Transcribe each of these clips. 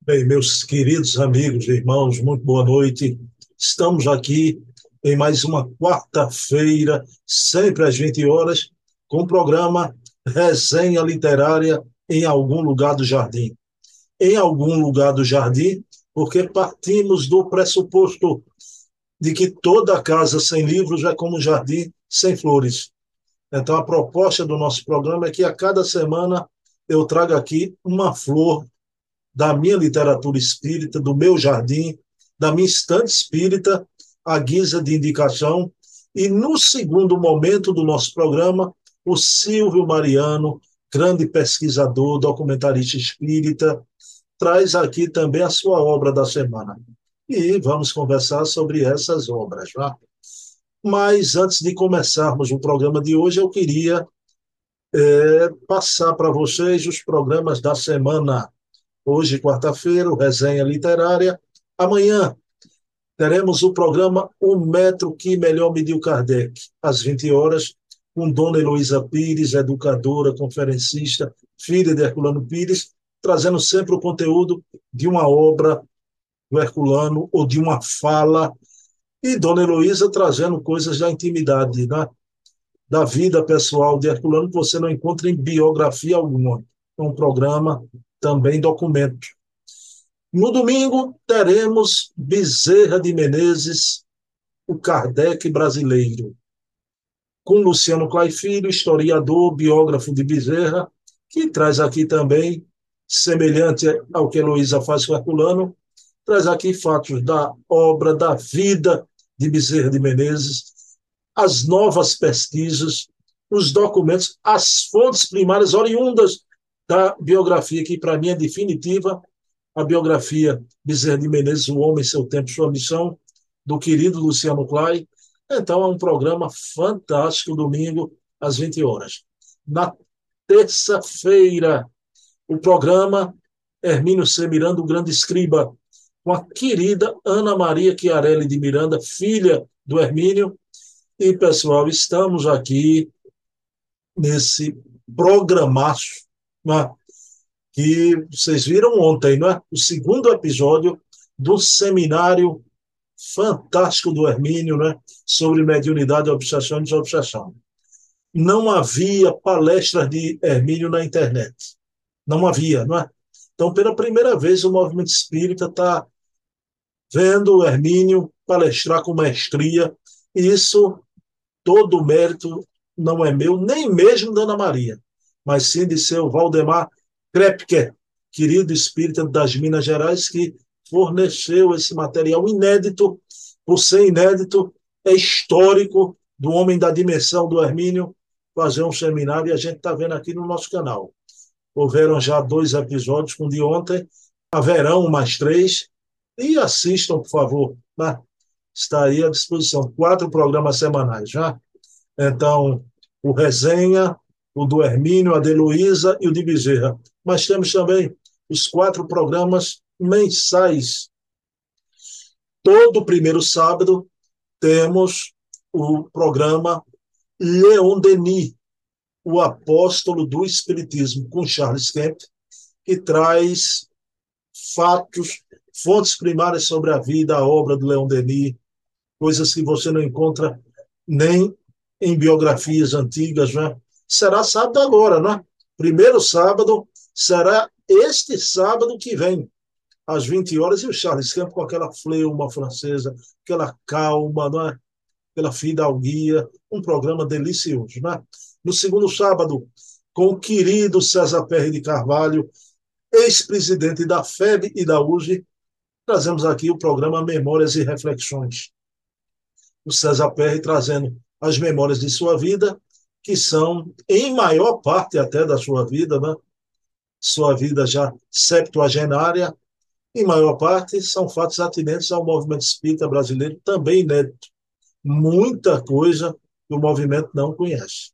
Bem, meus queridos amigos e irmãos, muito boa noite. Estamos aqui em mais uma quarta-feira, sempre às 20 horas, com o programa Resenha Literária em algum lugar do jardim. Em algum lugar do jardim, porque partimos do pressuposto de que toda casa sem livros é como um jardim sem flores. Então, a proposta do nosso programa é que a cada semana eu traga aqui uma flor da minha literatura espírita, do meu jardim, da minha estante espírita, à guisa de indicação. E no segundo momento do nosso programa, o Silvio Mariano, grande pesquisador, documentarista espírita, traz aqui também a sua obra da semana. E vamos conversar sobre essas obras. Tá? Mas antes de começarmos o programa de hoje, eu queria passar para vocês os programas da semana. Hoje, quarta-feira, o Resenha Literária. Amanhã teremos o programa O Metro que Melhor Mediu Kardec, às 20 horas, com Dona Heloísa Pires, educadora, conferencista, filha de Herculano Pires, trazendo sempre o conteúdo de uma obra do Herculano ou de uma fala, e Dona Heloísa trazendo coisas da intimidade, né? Da vida pessoal de Herculano que você não encontra em biografia alguma. É um programa também documento. No domingo, teremos Bezerra de Menezes, o Kardec brasileiro, com Luciano Clay Filho, historiador, biógrafo de Bezerra, que traz aqui também, semelhante ao que Heloísa faz com Herculano, traz aqui fatos da obra, da vida de Bezerra de Menezes, as novas pesquisas, os documentos, as fontes primárias oriundas da biografia, que para mim é definitiva, a biografia Bezerra de Menezes, O Homem, Seu Tempo, Sua Missão, do querido Luciano Clay. Então, é um programa fantástico, domingo, às 20 horas. Na terça-feira, o programa Hermínio C. Miranda, o Grande Escriba, com a querida Ana Maria Chiarelli de Miranda, filha do Hermínio. E, pessoal, estamos aqui nesse programaço, né, que vocês viram ontem, não é? O segundo episódio do seminário fantástico do Hermínio, né? Sobre mediunidade, obsessão e desobsessão. Não havia palestras de Hermínio na internet. Não havia, não é? Então, pela primeira vez, o movimento espírita está vendo o Hermínio palestrar com maestria. E isso, todo o mérito não é meu, nem mesmo da Ana Maria, mas sim de seu Valdemar Krepke, querido espírita das Minas Gerais, que forneceu esse material inédito. Por ser inédito, é histórico, do homem da dimensão do Hermínio fazer um seminário, e a gente está vendo aqui no nosso canal. Houveram já 2 episódios, com o de ontem, haverão mais 3, e assistam, por favor. Né? Está aí à disposição. 4 programas semanais, já. Então, o Resenha, o do Hermínio, a de Luísa e o de Bezerra. Mas temos também os 4 programas mensais. Todo primeiro sábado temos o programa Leon Denis, o apóstolo do Espiritismo, com Charles Kemp, que traz fatos, fontes primárias sobre a vida, a obra do Leon Denis, coisas que você não encontra nem em biografias antigas, né? Será sábado agora, né? Primeiro sábado será este sábado que vem, às 20 horas, e o Charles Camp com aquela fleuma francesa, aquela calma, né? Aquela fidalguia, um programa delicioso, né? No segundo sábado, com o querido César Perry de Carvalho, ex-presidente da FEB e da USE, trazemos aqui o programa Memórias e Reflexões. O César Perry trazendo as memórias de sua vida, que são, em maior parte até da sua vida, né? Sua vida já septuagenária, em maior parte são fatos atinentes ao movimento espírita brasileiro, também inédito. Muita coisa que o movimento não conhece.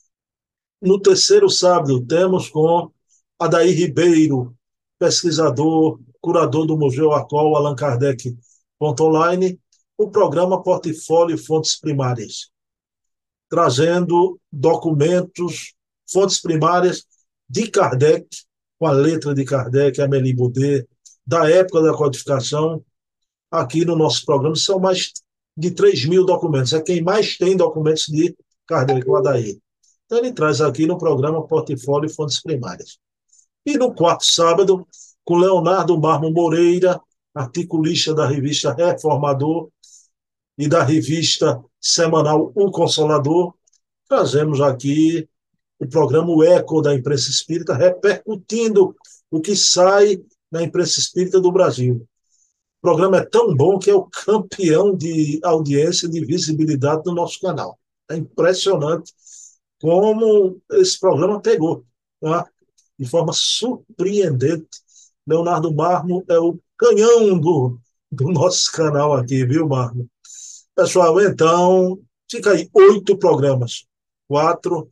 No terceiro sábado, temos com Adair Ribeiro, pesquisador, curador do Museu Arcol Allan Kardec Online, o programa Portfólio Fontes Primárias, trazendo documentos, fontes primárias de Kardec, com a letra de Kardec, Amélie Boudet, da época da codificação, aqui no nosso programa, são mais de 3.000 documentos. É quem mais tem documentos de Kardec, o Adair. Então, ele traz aqui no programa Portfólio e Fontes Primárias. E no quarto sábado, com Leonardo Marmo Moreira, articulista da revista Reformador e da revista semanal O Consolador, trazemos aqui o programa O Eco da Imprensa Espírita, repercutindo o que sai na imprensa espírita do Brasil. O programa é tão bom que é o campeão de audiência e de visibilidade do nosso canal. É impressionante como esse programa pegou, tá? De forma surpreendente. Leonardo Marmo é o canhão do nosso canal aqui, viu, Marmo? Pessoal, então, fica aí 8 programas, 4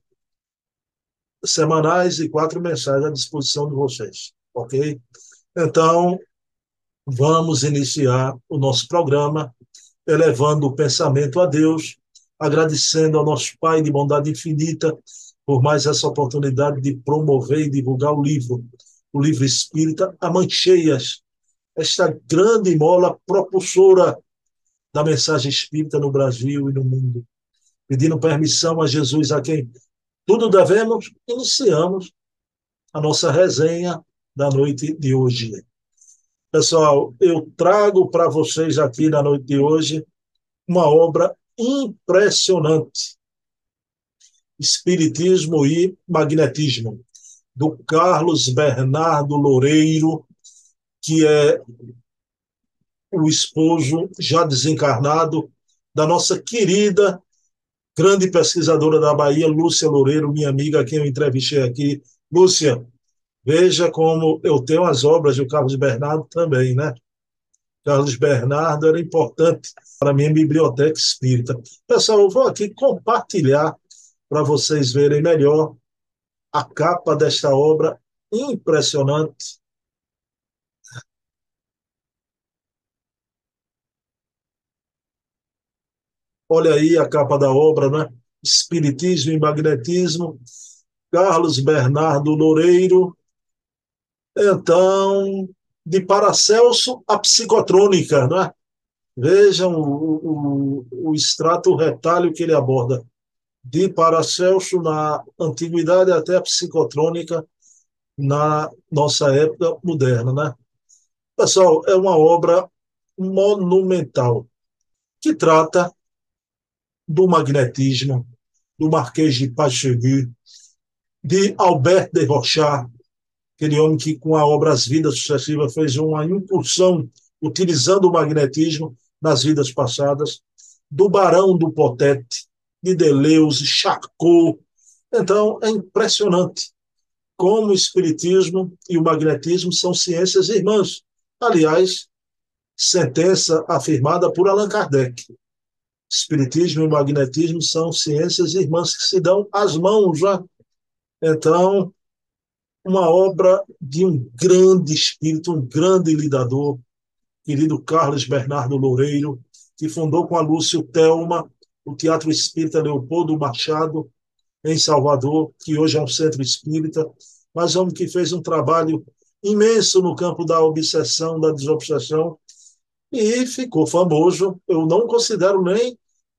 semanais e 4 mensais à disposição de vocês, ok? Então, vamos iniciar o nosso programa elevando o pensamento a Deus, agradecendo ao nosso Pai de bondade infinita por mais essa oportunidade de promover e divulgar o livro espírita, a Mancheias, esta grande mola propulsora da mensagem espírita no Brasil e no mundo. Pedindo permissão a Jesus, a quem tudo devemos, iniciamos a nossa resenha da noite de hoje. Pessoal, eu trago para vocês aqui na noite de hoje uma obra impressionante, Espiritismo e Magnetismo, do Carlos Bernardo Loureiro, que é o esposo já desencarnado da nossa querida, grande pesquisadora da Bahia, Lúcia Loureiro, minha amiga, a quem eu entrevistei aqui. Lúcia, veja como eu tenho as obras do Carlos Bernardo também, né? Carlos Bernardo era importante para a minha biblioteca espírita. Pessoal, eu vou aqui compartilhar para vocês verem melhor a capa desta obra impressionante. Olha aí a capa da obra, né? Espiritismo e Magnetismo, Carlos Bernardo Loureiro. Então, de Paracelso à psicotrônica, né? Vejam o extrato, o retalho que ele aborda. De Paracelso na antiguidade até a psicotrônica na nossa época moderna, né? Pessoal, é uma obra monumental que trata do magnetismo, do Marquês de Pacheco, de Albert de Rochat, aquele homem que com a obra As Vidas Sucessivas fez uma incursão utilizando o magnetismo nas vidas passadas, do Barão do Potete, de Deleuze, Charcot. Então, é impressionante como o espiritismo e o magnetismo são ciências irmãs. Aliás, sentença afirmada por Allan Kardec. Espiritismo e magnetismo são ciências irmãs que se dão as mãos, já. Então, uma obra de um grande espírito, um grande lidador, querido Carlos Bernardo Loureiro, que fundou com a Lúcia Telma o Teatro Espírita Leopoldo Machado, em Salvador, que hoje é um centro espírita, mas homem que fez um trabalho imenso no campo da obsessão, da desobsessão, e ficou famoso. Eu não considero nem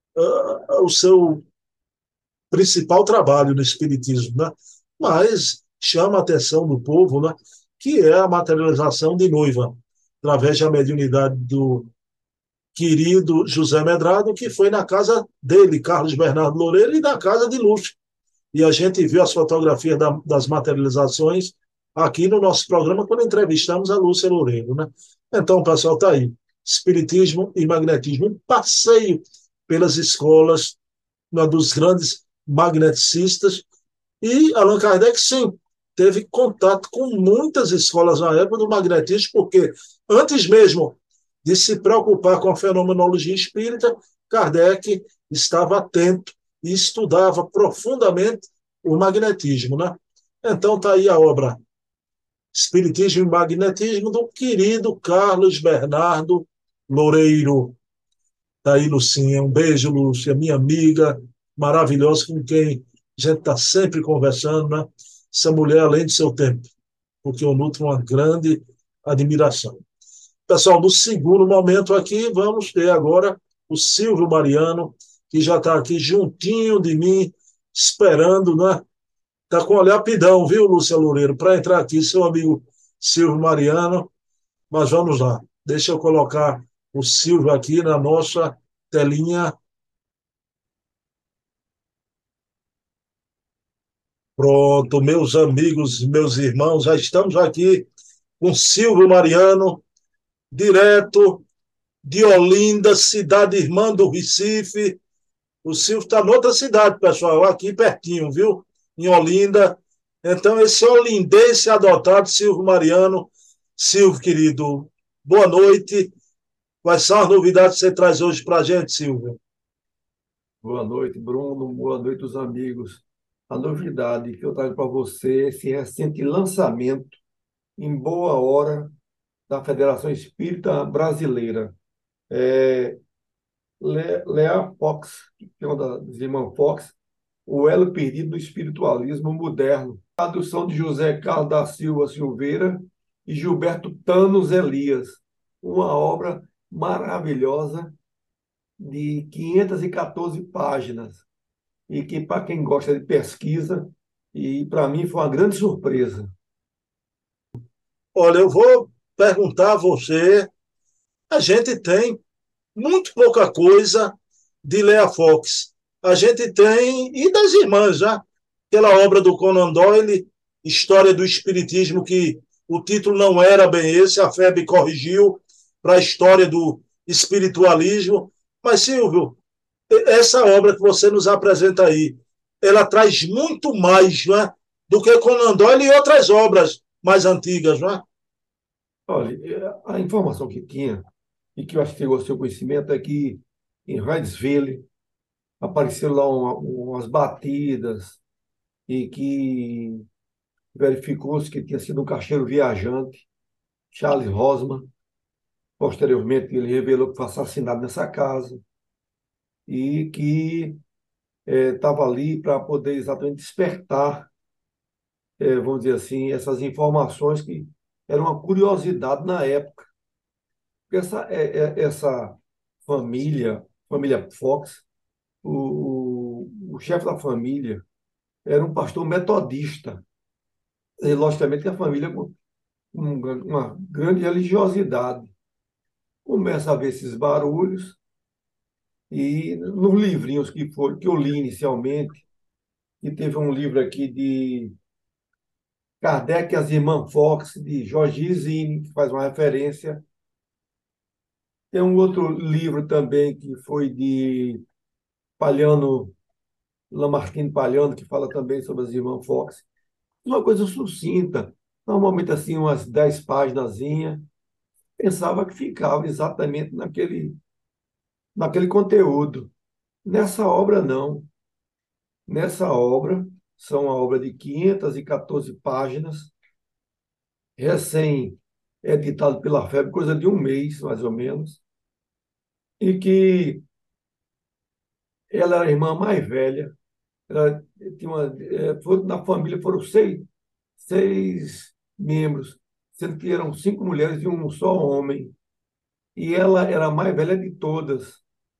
o seu principal trabalho no espiritismo, né? Mas chama a atenção do povo, né? Que é a materialização de Noiva, através da mediunidade do querido José Medrado, que foi na casa dele, Carlos Bernardo Loureiro, e na casa de Lúcio. E a gente viu as fotografias das materializações aqui no nosso programa quando entrevistamos a Lúcia Loureiro, né? Então, pessoal, está aí. Espiritismo e magnetismo. Um passeio pelas escolas, uma dos grandes magneticistas. E Allan Kardec, sim, teve contato com muitas escolas na época do magnetismo, porque antes mesmo de se preocupar com a fenomenologia espírita, Kardec estava atento e estudava profundamente o magnetismo, né? Então está aí a obra Espiritismo e Magnetismo do querido Carlos Bernardo Loureiro. Está aí, Lucinha. Um beijo, Lúcia, minha amiga maravilhosa, com quem a gente está sempre conversando, né? Essa mulher além do seu tempo, porque eu nutro uma grande admiração. Pessoal, no segundo momento aqui, vamos ter agora o Silvio Mariano, que já está aqui juntinho de mim, esperando, né? Está com olhar pidão, viu, Lúcia Loureiro, para entrar aqui, seu amigo Silvio Mariano. Mas vamos lá. Deixa eu colocar o Silvio aqui na nossa telinha. Pronto, meus amigos, meus irmãos, já estamos aqui com Silvio Mariano, direto de Olinda, cidade irmã do Recife. O Silvio está noutra cidade, pessoal, aqui pertinho, viu? Em Olinda. Então, esse olindense adotado, Silvio Mariano. Silvio, querido, boa noite. Quais são as novidades que você traz hoje para a gente, Silvio? Boa noite, Bruno. Boa noite, os amigos. A novidade que eu trago para você é esse recente lançamento em boa hora da Federação Espírita Brasileira. É, Lea Fox, que é uma das irmãs Fox, O Elo Perdido do Espiritualismo Moderno. Tradução de José Carlos da Silva Silveira e Gilberto Tanos Elias. Uma obra maravilhosa de 514 páginas e que, para quem gosta de pesquisa, e para mim foi uma grande surpresa. Olha, eu vou perguntar a você. A gente tem muito pouca coisa de Lea Fox. A gente tem, e das irmãs, já, aquela obra do Conan Doyle, História do Espiritismo, que o título não era bem esse, a FEB corrigiu para a História do Espiritualismo. Mas, Silvio, essa obra que você nos apresenta aí, ela traz muito mais, não é, do que Conan Doyle e outras obras mais antigas, não é? Olha, a informação que tinha, e que eu acho que chegou ao seu conhecimento, é que em Hydesville apareceram lá umas batidas e que verificou-se que tinha sido um caixeiro viajante, Charles Rosman. Posteriormente, ele revelou que foi assassinado nessa casa e que estava ali para poder exatamente despertar, vamos dizer assim, essas informações que eram uma curiosidade na época. Porque essa família Fox, o chefe da família era um pastor metodista. E, logicamente, que a família com uma grande religiosidade. Começa a ver esses barulhos e nos livrinhos que eu li inicialmente, e teve um livro aqui de Kardec e as Irmãs Fox, de Jorge Izini, que faz uma referência. Tem um outro livro também que foi de Palhano, Lamartine Palhano, que fala também sobre as Irmãs Fox. Uma coisa sucinta, normalmente assim umas 10 páginas. Pensava que ficava exatamente naquele conteúdo. Nessa obra, não. Nessa obra, são uma obra de 514 páginas, recém-editado pela FEB, coisa de um mês, mais ou menos, e que ela era a irmã mais velha. Ela tinha na família foram seis membros, sendo que eram cinco mulheres e um só homem. E ela era a mais velha de todas.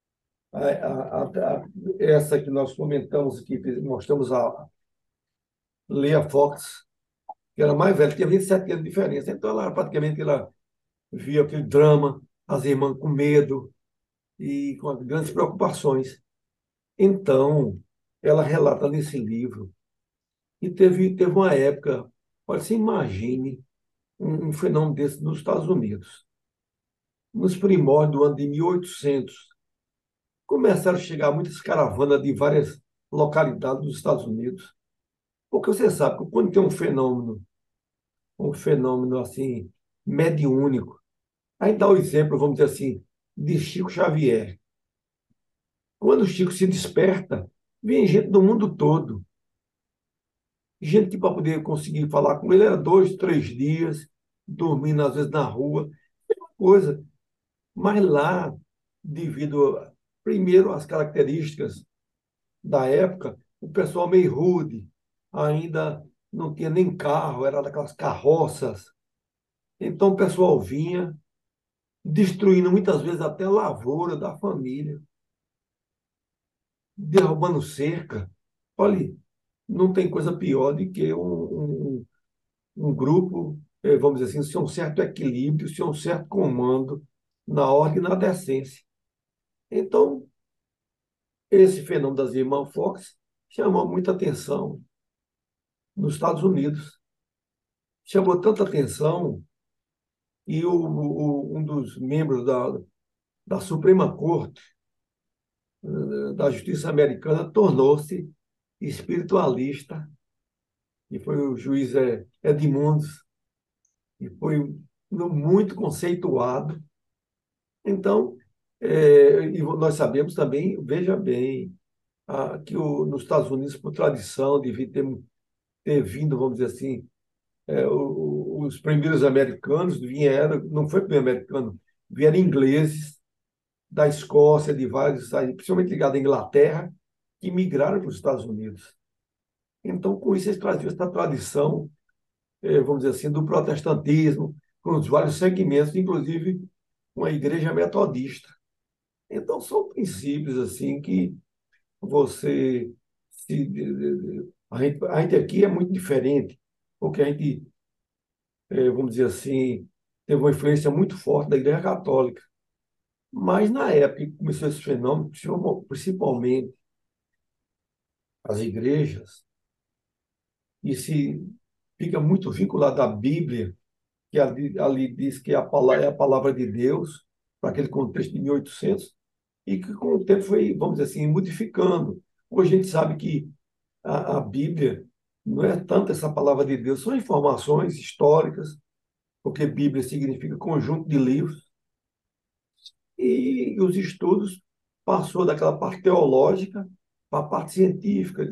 Essa que nós comentamos aqui, mostramos a Leah Fox, que era mais velha, tinha 27 anos de diferença. Então, ela via aquele drama, as irmãs com medo e com grandes preocupações. Então, ela relata nesse livro. E teve uma época, olha, você imagine um fenômeno desse nos Estados Unidos. Nos primórdios do ano de 1800, começaram a chegar muitas caravanas de várias localidades dos Estados Unidos. Porque você sabe que quando tem um fenômeno assim, mediúnico, aí dá o exemplo, vamos dizer assim, de Chico Xavier. Quando o Chico se desperta, vem gente do mundo todo. Gente que para poder conseguir falar com ele era 2, 3 dias, dormindo às vezes na rua, coisa. Mas lá, devido, primeiro, às características da época, o pessoal meio rude, ainda não tinha nem carro, era daquelas carroças. Então o pessoal vinha, destruindo muitas vezes até a lavoura da família, derrubando cerca. Olha, não tem coisa pior do que um grupo, vamos dizer assim, sem um certo equilíbrio, sem um certo comando na ordem e na decência. Então, esse fenômeno das irmãs Fox chamou muita atenção nos Estados Unidos. Chamou tanta atenção e um dos membros da Suprema Corte da Justiça Americana tornou-se espiritualista, e foi o juiz Edmunds, e foi muito conceituado. Então, e nós sabemos também, veja bem, que nos Estados Unidos, por tradição, devia ter vindo, vamos dizer assim, os primeiros americanos vieram, não foi primeiro americano, vieram ingleses da Escócia, de vários, principalmente ligados à Inglaterra, que migraram para os Estados Unidos. Então, com isso, eles traziam essa tradição, vamos dizer assim, do protestantismo, com os vários segmentos, inclusive uma igreja metodista. Então, são princípios assim que você a gente aqui é muito diferente, porque a gente, vamos dizer assim, teve uma influência muito forte da Igreja Católica. Mas na época que começou esse fenômeno, principalmente as igrejas, e se fica muito vinculado à Bíblia, que ali diz que é a palavra de Deus, para aquele contexto de 1800, e que com o tempo foi, vamos dizer assim, modificando. Hoje a gente sabe que a Bíblia não é tanto essa palavra de Deus, são informações históricas, porque Bíblia significa conjunto de livros, e os estudos passou daquela parte teológica para a parte científica,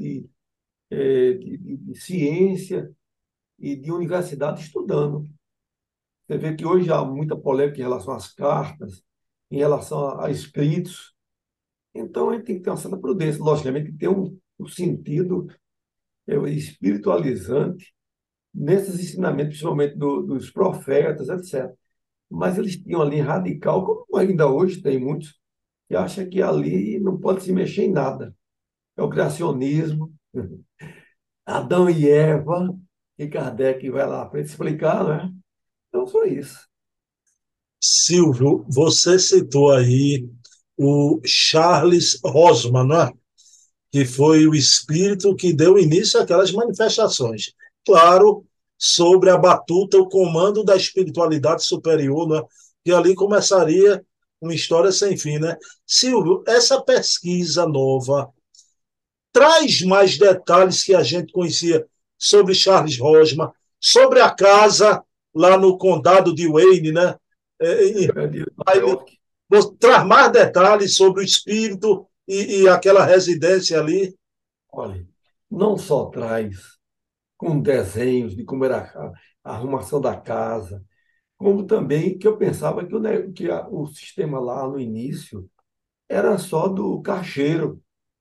de ciência e de universidade estudando. Você vê que hoje há muita polêmica em relação às cartas, em relação a escritos. Então, a gente tem que ter uma certa prudência. Logicamente, que tem um sentido espiritualizante nesses ensinamentos, principalmente dos profetas, etc. Mas eles tinham ali radical, como ainda hoje tem muitos, que acham que ali não pode se mexer em nada. É o criacionismo, Adão e Eva, e Kardec vai lá para explicar, né? Então, foi isso. Silvio, você citou aí o Charles Rosman, não é? Que foi o espírito que deu início àquelas manifestações. Claro, sobre a batuta, o comando da espiritualidade superior, né? Que ali começaria uma história sem fim, né? Silvio, essa pesquisa nova traz mais detalhes que a gente conhecia sobre Charles Rosman, sobre a casa lá no condado de Wayne, né? É de Nova Aí York. traz mais detalhes sobre o espírito e aquela residência ali. Olha, não só traz com desenhos de como era a arrumação da casa, como também que eu pensava que o sistema lá no início era só do caixeiro,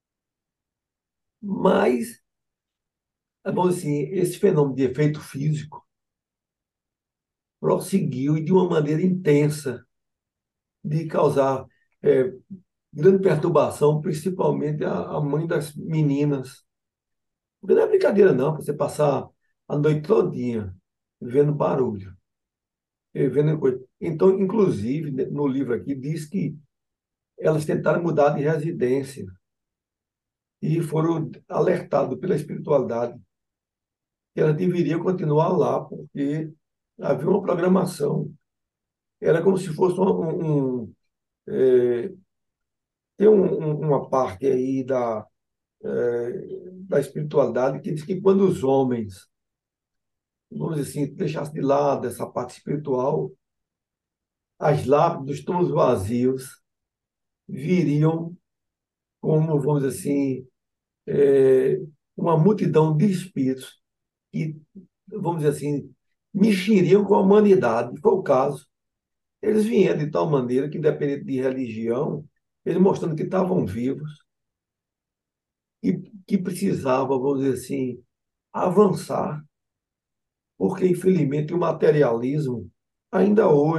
mas, bom, assim, esse fenômeno de efeito físico prosseguiu e de uma maneira intensa, de causar é, grande perturbação, principalmente a mãe das meninas. Porque não é brincadeira, não, para você passar a noite todinha vendo barulho, vendo coisa. Então, inclusive, no livro aqui, diz que elas tentaram mudar de residência e foram alertados pela espiritualidade que elas deveriam continuar lá, porque havia uma programação. Era como se fosse tem uma parte aí da espiritualidade que diz que quando os homens, vamos dizer assim, deixassem de lado essa parte espiritual, as lápides dos túmulos vazios viriam como, vamos dizer assim, uma multidão de espíritos que, vamos dizer assim, mexeriam com a humanidade. Foi o caso. Eles vieram de tal maneira que, independente de religião, eles mostrando que estavam vivos e que precisavam, vamos dizer assim, avançar, porque, infelizmente, o materialismo, ainda hoje,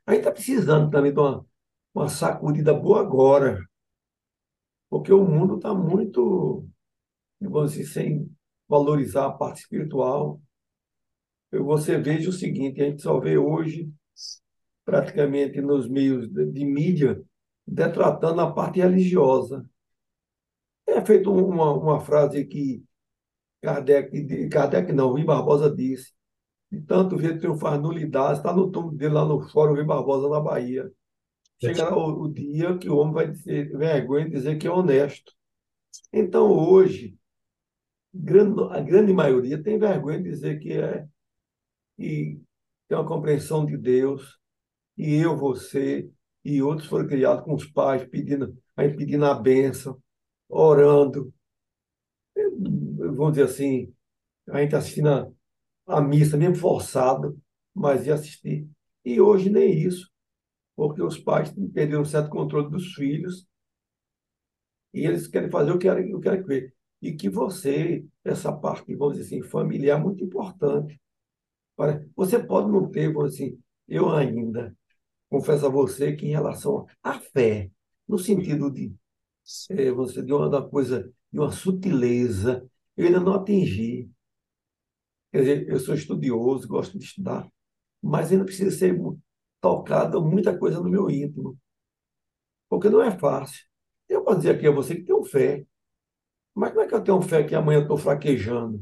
A gente está precisando também de uma sacudida boa agora, porque o mundo está muito, vamos dizer, sem valorizar a parte espiritual. Você veja o seguinte, a gente só vê hoje, praticamente nos meios de mídia, detratando a parte religiosa. É feito uma frase que Kardec não, Rui Barbosa disse, de tanto ver triunfar nulidades, está no túmulo dele lá no Fórum Rui Barbosa, na Bahia. Chegará o dia que o homem vai ter vergonha de dizer que é honesto. Então, hoje, a grande maioria tem vergonha de dizer que tem uma compreensão de Deus, e eu, você e outros foram criados com os pais, pedindo a bênção, orando, vamos dizer assim, a gente assistindo a missa, mesmo forçado, mas ia assistir. E hoje nem isso, porque os pais perderam um certo controle dos filhos e eles querem fazer o que querem ver. E que você, essa parte, vamos dizer assim, familiar, é muito importante. Você pode não ter, vamos dizer assim, eu ainda confesso a você que em relação à fé, no sentido de você de uma coisa, de uma sutileza, eu ainda não atingi. Quer dizer, eu sou estudioso, gosto de estudar, mas ainda precisa ser tocado muita coisa no meu íntimo, porque não é fácil. Eu posso dizer aqui a você que tenho fé, mas como é que eu tenho fé que amanhã eu estou fraquejando?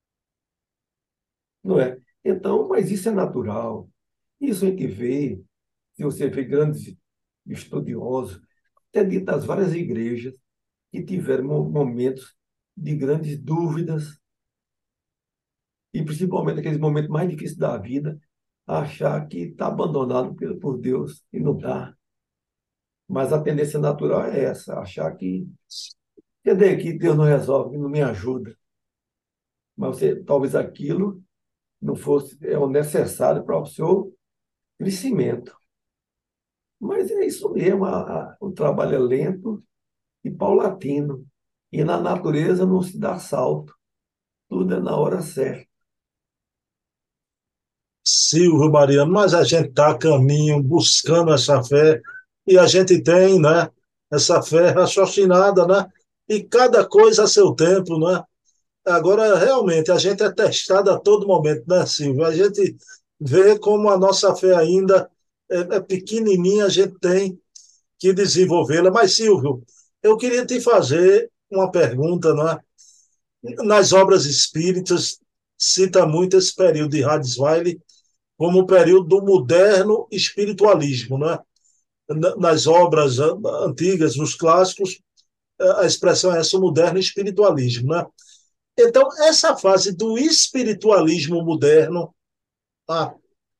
Não é? Então, mas isso é natural. Isso a gente vê, se você vê grandes estudiosos, até dentro das várias igrejas, que tiveram momentos de grandes dúvidas, e principalmente aqueles momentos mais difíceis da vida, achar que está abandonado por Deus e não está. Mas a tendência natural é essa, achar que Deus não resolve, que não me ajuda. Mas talvez aquilo não fosse o necessário para o seu crescimento. Mas é isso mesmo, o trabalho é lento e paulatino. E na natureza não se dá salto, tudo é na hora certa. Silvio Mariano, mas a gente está a caminho buscando essa fé e a gente tem, né, essa fé raciocinada, né, e cada coisa a seu tempo, né. Agora, realmente, a gente é testado a todo momento, né, Silvio? A gente vê como a nossa fé ainda é pequenininha, a gente tem que desenvolvê-la. Mas, Silvio, eu queria te fazer uma pergunta, né? Nas obras espíritas, cita muito esse período de Radisweiler como o período do moderno espiritualismo, né? Nas obras antigas, nos clássicos, a expressão é essa, o moderno espiritualismo, né? Então, essa fase do espiritualismo moderno, a,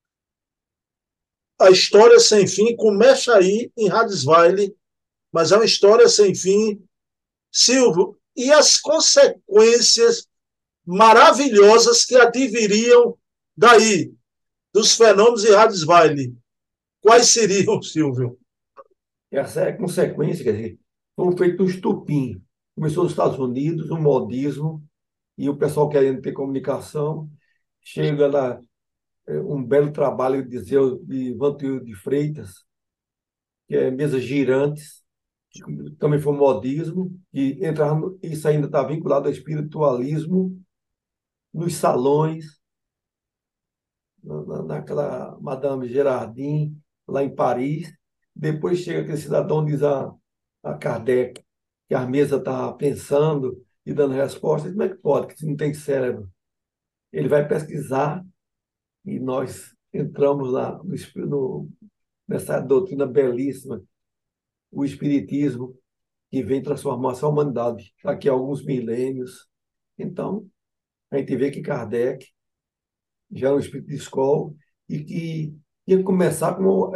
a história sem fim começa aí em Radisweiler, mas é uma história sem fim. Silvio, e as consequências maravilhosas que adviriam daí, dos fenômenos de Radisweiler, quais seriam, Silvio? Essa é a consequência, quer dizer, foi feito um estupim. Começou nos Estados Unidos, o modismo, e o pessoal querendo ter comunicação. Chega lá um belo trabalho de Vantuil de Freitas, que é mesas girantes, que também foi modismo, e isso ainda está vinculado ao espiritualismo, nos salões, naquela Madame Gerardin, lá em Paris. Depois chega aquele cidadão diz a Kardec que a mesa está pensando e dando respostas. Como é que pode, que se não tem cérebro? Ele vai pesquisar e nós entramos nessa doutrina belíssima, o Espiritismo, que vem transformar essa humanidade daqui a alguns milênios. Então, a gente vê que Kardec já era um espírito de escola e que ia começar com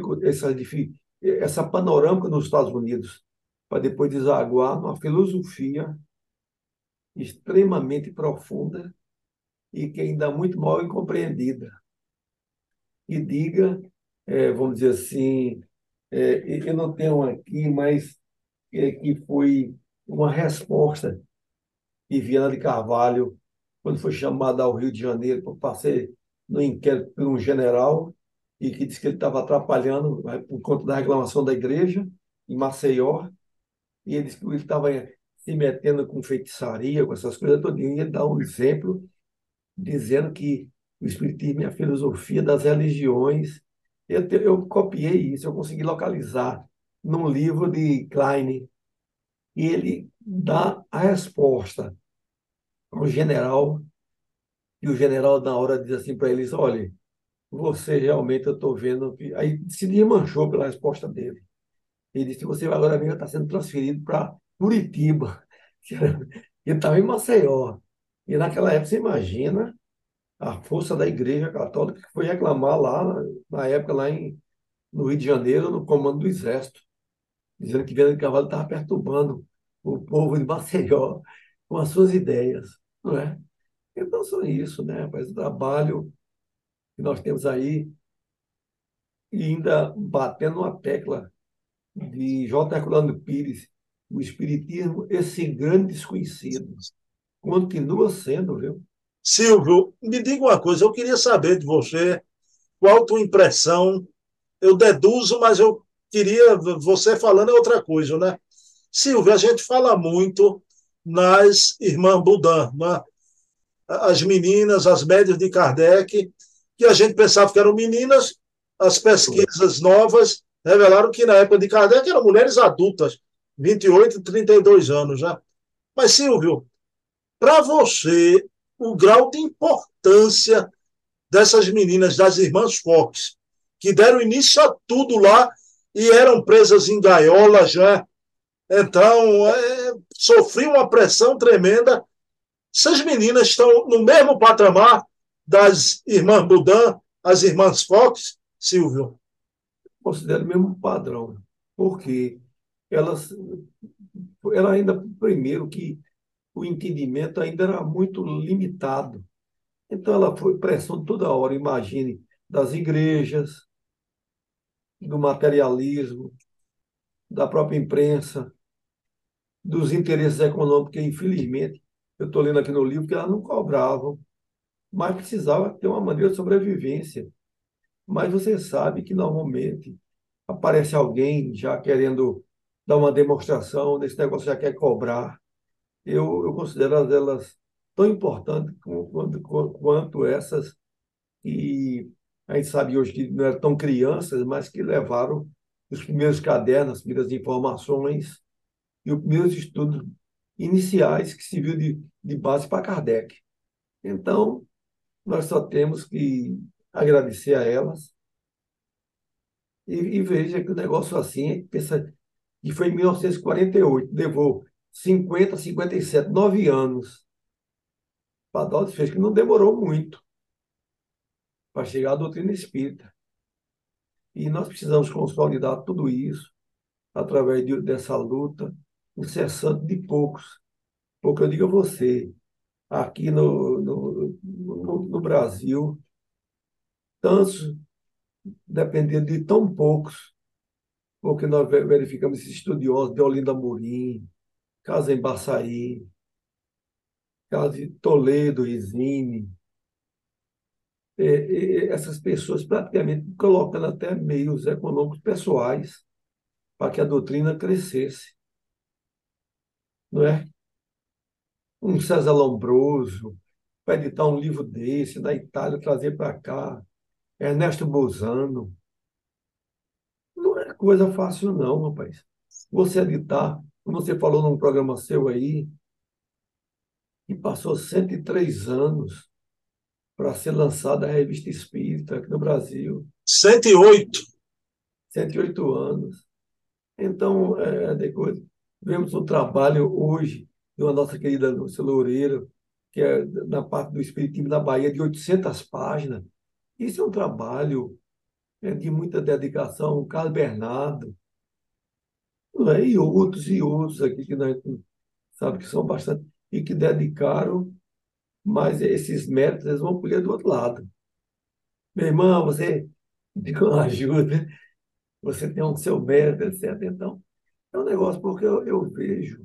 essa panorâmica nos Estados Unidos, para depois desaguar numa filosofia extremamente profunda e que ainda é muito mal incompreendida. E diga, vamos dizer assim, eu não tenho aqui, mas que foi uma resposta de Viana de Carvalho, quando foi chamada ao Rio de Janeiro para ser no inquérito por um general, e que disse que ele estava atrapalhando por conta da reclamação da igreja em Maceió, e ele disse que ele estava se metendo com feitiçaria, com essas coisas todas, e ele dá um exemplo dizendo que o Espiritismo é a filosofia das religiões. Eu copiei isso, eu consegui localizar num livro de Klein, e ele dá a resposta ao general, e o general, na hora, diz assim para eles: olha, você realmente, eu estou vendo. Aí se desmanchou pela resposta dele. Ele disse: você agora mesmo está sendo transferido para Curitiba. Ele estava em Maceió. E naquela época, você imagina a força da Igreja Católica que foi reclamar lá, na época, no Rio de Janeiro, no comando do Exército, dizendo que Viana de Carvalho estava perturbando o povo de Maceió com as suas ideias, não é? Então, são isso, né, rapaz? O trabalho que nós temos aí, e ainda batendo uma tecla de J. Herculano Pires, o Espiritismo, esse grande desconhecido, continua sendo, viu? Silvio, me diga uma coisa, eu queria saber de você, qual a tua impressão? Eu deduzo, mas eu queria, você falando é outra coisa, né? Silvio, a gente fala muito nas irmãs Budan, né? As meninas, as médias de Kardec, que a gente pensava que eram meninas, as pesquisas novas revelaram que na época de Kardec eram mulheres adultas, 28, 32 anos já. Mas, Silvio, para você, o grau de importância dessas meninas, das irmãs Fox, que deram início a tudo lá e eram presas em gaiolas, né? Então, sofriam uma pressão tremenda. Essas meninas estão no mesmo patamar das irmãs Budan, as irmãs Fox, Silvio. Considero o mesmo padrão, porque elas, ela ainda, primeiro, que o entendimento ainda era muito limitado. Então, ela foi pressão toda hora, imagine, das igrejas, do materialismo, da própria imprensa, dos interesses econômicos, que, infelizmente, eu estou lendo aqui no livro que elas não cobravam, mas precisava ter uma maneira de sobrevivência. Mas você sabe que, normalmente, aparece alguém já querendo dar uma demonstração, desse negócio já quer cobrar. Eu considero elas tão importantes quanto essas que a gente sabe hoje que não eram tão crianças, mas que levaram os primeiros cadernos, as primeiras informações e os primeiros estudos iniciais que serviu de base para Kardec. Então, nós só temos que agradecer a elas e veja que o negócio assim, pensa que foi em 1948, levou 50, 57, 9 anos para dar o desfecho, que não demorou muito para chegar à doutrina espírita. E nós precisamos consolidar tudo isso através dessa luta incessante de poucos. Porque eu digo a você, aqui no Brasil, tantos dependendo de tão poucos, porque nós verificamos esses estudiosos de Olinda Amorim, Casa em Baçaí, Casa de Toledo, Izine, essas pessoas praticamente colocando até meios econômicos pessoais para que a doutrina crescesse, não é? Um César Lombroso, para editar um livro desse, da Itália, trazer para cá, Ernesto Bozano, não é coisa fácil não, rapaz. Você editar, como você falou num programa seu aí, que passou 103 anos para ser lançada a Revista Espírita aqui no Brasil, 108. 108 anos. Então, depois, vemos o trabalho hoje de uma nossa querida Lúcia Loureiro, que é na parte do Espiritismo da Bahia, de 800 páginas. Isso é um trabalho de muita dedicação. O Carlos Bernardo, não é? E outros aqui que nós sabe que são bastante, e que dedicaram, mas esses méritos eles vão colher do outro lado. Meu irmão, você deu uma ajuda, você tem o seu mérito, etc. Então, é um negócio, porque eu vejo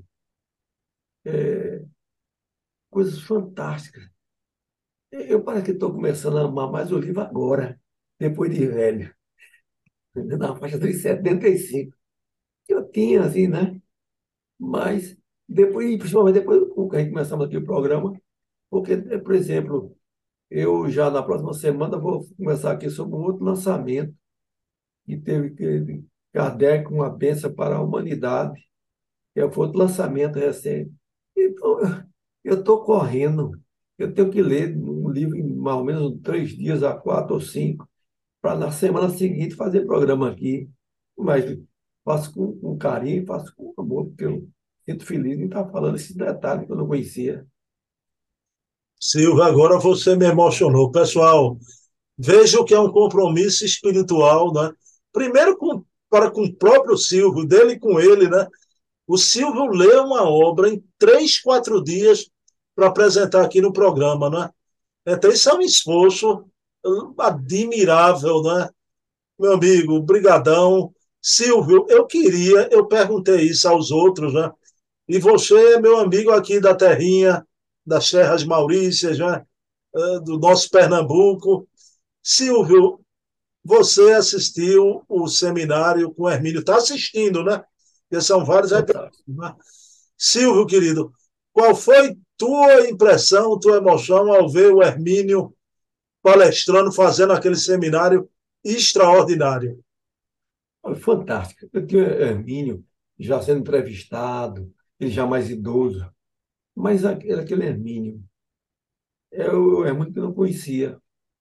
coisas fantásticas. Eu parece que estou começando a amar mais o livro agora. depois de velho, na faixa dos 75. Eu tinha, assim, né? Mas depois, e principalmente depois que a gente começamos aqui o programa, porque, por exemplo, eu já na próxima semana vou conversar aqui sobre um outro lançamento que teve Kardec, uma bênção para a humanidade, que foi outro lançamento recente. Então, eu estou correndo, eu tenho que ler um livro em mais ou menos 3 dias, a 4 ou 5, para na semana seguinte fazer programa aqui. Mas faço com carinho, faço com amor, porque eu sinto feliz em estar falando esses detalhes que eu não conhecia. Silvio, agora você me emocionou. Pessoal, veja o que é um compromisso espiritual, né? Primeiro com o próprio Silvio, dele com ele, né? O Silvio lê uma obra em 3, 4 dias para apresentar aqui no programa, né? Então, isso é um esforço admirável, né? Meu amigo, brigadão. Silvio, eu perguntei isso aos outros, né? E você, meu amigo aqui da terrinha, das Terras Maurícias, né? Do nosso Pernambuco. Silvio, você assistiu o seminário com o Hermínio, está assistindo, né? Porque são vários episódios, Fantástico. né? Silvio, querido, qual foi tua impressão, tua emoção ao ver o Hermínio palestrando, fazendo aquele seminário extraordinário? Foi fantástico. Eu tinha Hermínio já sendo entrevistado, ele já mais idoso, mas aquele Hermínio, é muito que eu não conhecia.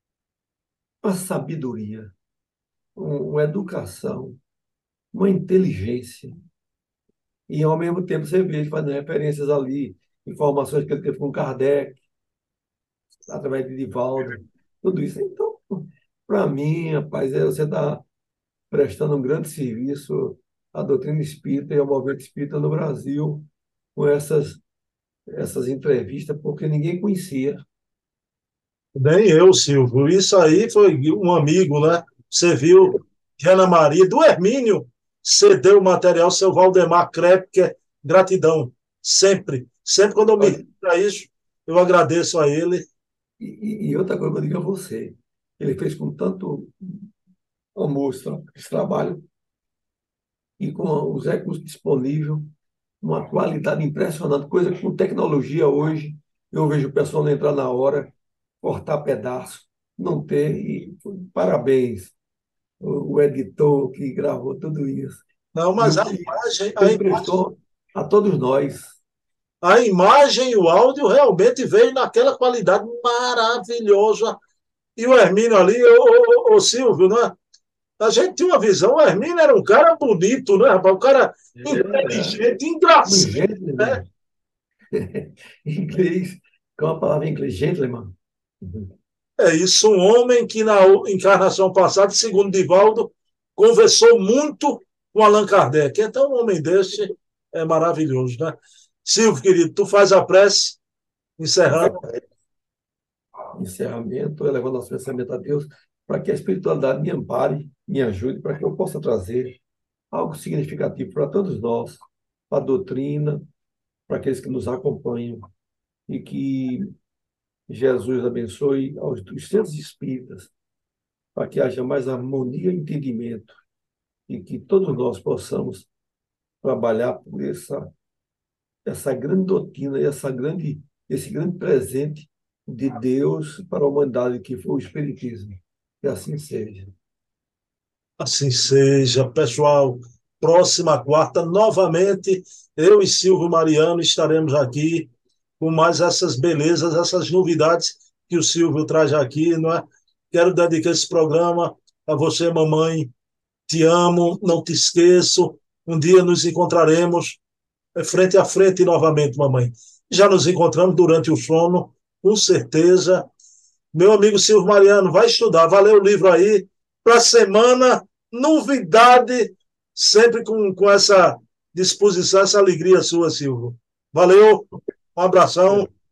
Uma sabedoria, uma educação, uma inteligência. E, ao mesmo tempo, você vê ele fazendo referências ali, informações que ele teve com Kardec, através de Divaldo, tudo isso. Então, para mim, rapaz, você está prestando um grande serviço à doutrina espírita e ao movimento espírita no Brasil, com essas entrevistas, porque ninguém conhecia. Nem eu, Silvio. Isso aí foi um amigo, né? Você viu que Ana Maria, do Hermínio, cedeu o material, seu Valdemar Krepke, gratidão. Sempre. Sempre quando eu me Olha, refiro a isso, eu agradeço a ele. e outra coisa que eu digo a você, ele fez com tanto amor esse trabalho e com os recursos disponíveis, uma qualidade impressionante, coisa que com tecnologia hoje, eu vejo o pessoal não entrar na hora, cortar pedaço, não ter, e parabéns, o editor que gravou tudo isso. Não, E mas o que ele prestou a todos nós. a imagem e o áudio realmente veio naquela qualidade maravilhosa. E o Hermínio ali, o Silvio, né? A gente tinha uma visão, o Hermínio era um cara bonito, né, rapaz? Um cara É, inteligente, um engraçado, né? gentleman. Em inglês, com a palavra em inglês, gentleman. É isso, um homem que na encarnação passada, segundo Divaldo, conversou muito com Allan Kardec. Então, um homem desse é maravilhoso, né? Silvio, querido, tu faz a prece, encerrando. Encerramento, elevando nosso pensamento a Deus, para que a espiritualidade me ampare, me ajude, para que eu possa trazer algo significativo para todos nós, para a doutrina, para aqueles que nos acompanham, e que Jesus abençoe os centros espíritas, para que haja mais harmonia e entendimento, e que todos nós possamos trabalhar por essa grande doutrina e esse grande presente de Deus para a humanidade, que foi o Espiritismo. Que assim seja. Assim seja, pessoal. Próxima quarta, novamente, eu e Silvio Mariano estaremos aqui com mais essas belezas, essas novidades que o Silvio traz aqui, não é? Quero dedicar esse programa a você, mamãe. Te amo, não te esqueço. Um dia nos encontraremos frente a frente novamente, mamãe. Já nos encontramos durante o sono, com certeza. Meu amigo Silvio Mariano, vai estudar, vai ler o livro aí. Para a semana, novidade, sempre com essa disposição, essa alegria sua, Silvio. Valeu, um abração.